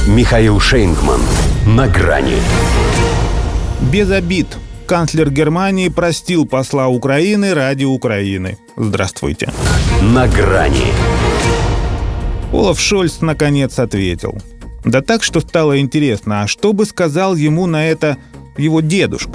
Михаил Шейнгман. На грани. Без обид. Канцлер Германии простил посла Украины ради Украины. Здравствуйте. На грани. Олаф Шольц наконец ответил. Да так, что стало интересно, а что бы сказал ему на это его дедушка?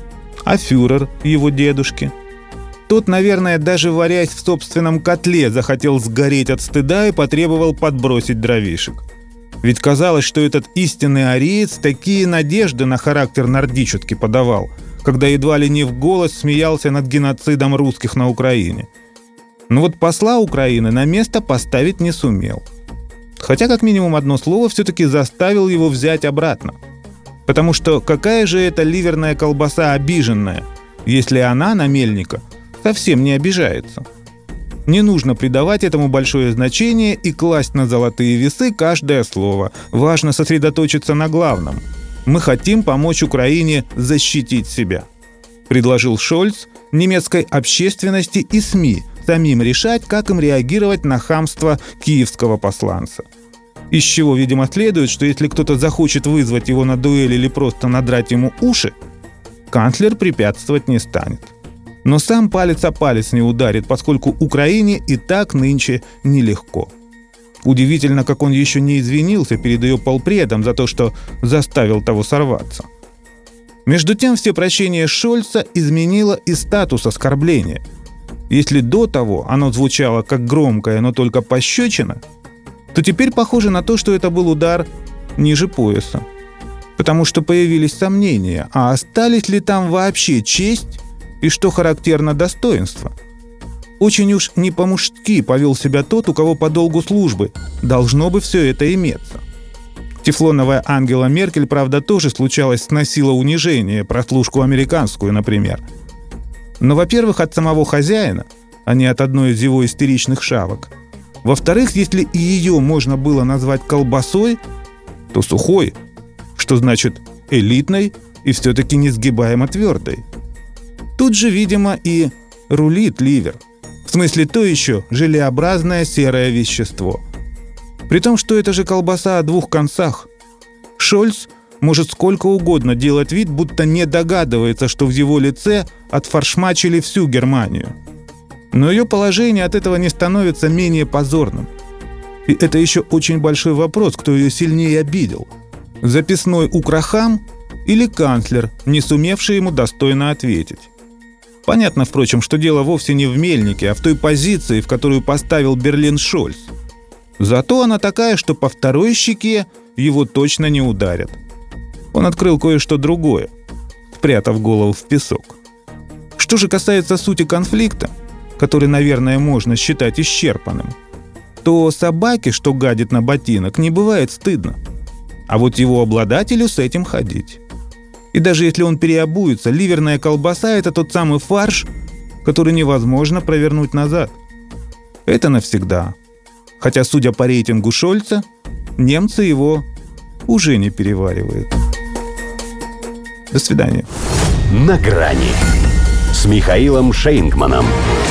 А фюрер его дедушки? Тот, наверное, даже варясь в собственном котле, захотел сгореть от стыда и потребовал подбросить дровишек. Ведь казалось, что этот истинный ариец такие надежды на характер нордичутки подавал, когда едва ли не в голос смеялся над геноцидом русских на Украине. Но вот посла Украины на место поставить не сумел. Хотя как минимум одно слово все-таки заставил его взять обратно. Потому что какая же это ливерная колбаса обиженная, если она на мельника совсем не обижается? Не нужно придавать этому большое значение и класть на золотые весы каждое слово. Важно сосредоточиться на главном. Мы хотим помочь Украине защитить себя, предложил Шольц немецкой общественности и СМИ самим решать, как им реагировать на хамство киевского посланца. Из чего, видимо, следует, что если кто-то захочет вызвать его на дуэль или просто надрать ему уши, канцлер препятствовать не станет. Но сам палец о палец не ударит, поскольку Украине и так нынче нелегко. Удивительно, как он еще не извинился перед ее полпредом за то, что заставил того сорваться. Между тем, все прощение Шольца изменило и статус оскорбления. Если до того оно звучало как громкое, но только пощечина, то теперь похоже на то, что это был удар ниже пояса. Потому что появились сомнения, а остались ли там вообще честь и, что характерно, достоинство. Очень уж не по-мужски повел себя тот, у кого по долгу службы должно бы все это иметься. Тефлоновая Ангела Меркель, правда, тоже случалось сносила унижение, прослушку американскую, например. Но, во-первых, от самого хозяина, а не от одной из его истеричных шавок. Во-вторых, если и ее можно было назвать колбасой, то сухой, что значит элитной и все-таки несгибаемо твердой. Тут же, видимо, и рулит ливер. В смысле, то еще желеобразное серое вещество. При том, что это же колбаса о двух концах. Шольц может сколько угодно делать вид, будто не догадывается, что в его лице отфоршмачили всю Германию. Но ее положение от этого не становится менее позорным. И это еще очень большой вопрос, кто ее сильнее обидел. Записной Украхам или канцлер, не сумевший ему достойно ответить. Понятно, впрочем, что дело вовсе не в мельнике, а в той позиции, в которую поставил Берлин Шольц. Зато она такая, что по второй щеке его точно не ударят. Он открыл кое-что другое, спрятав голову в песок. Что же касается сути конфликта, который, наверное, можно считать исчерпанным, то собаке, что гадит на ботинок, не бывает стыдно. А вот его обладателю с этим ходить. И даже если он переобуется, ливерная колбаса – это тот самый фарш, который невозможно провернуть назад. Это навсегда. Хотя, судя по рейтингу Шольца, немцы его уже не переваривают. До свидания. На грани с Михаилом Шейнгманом.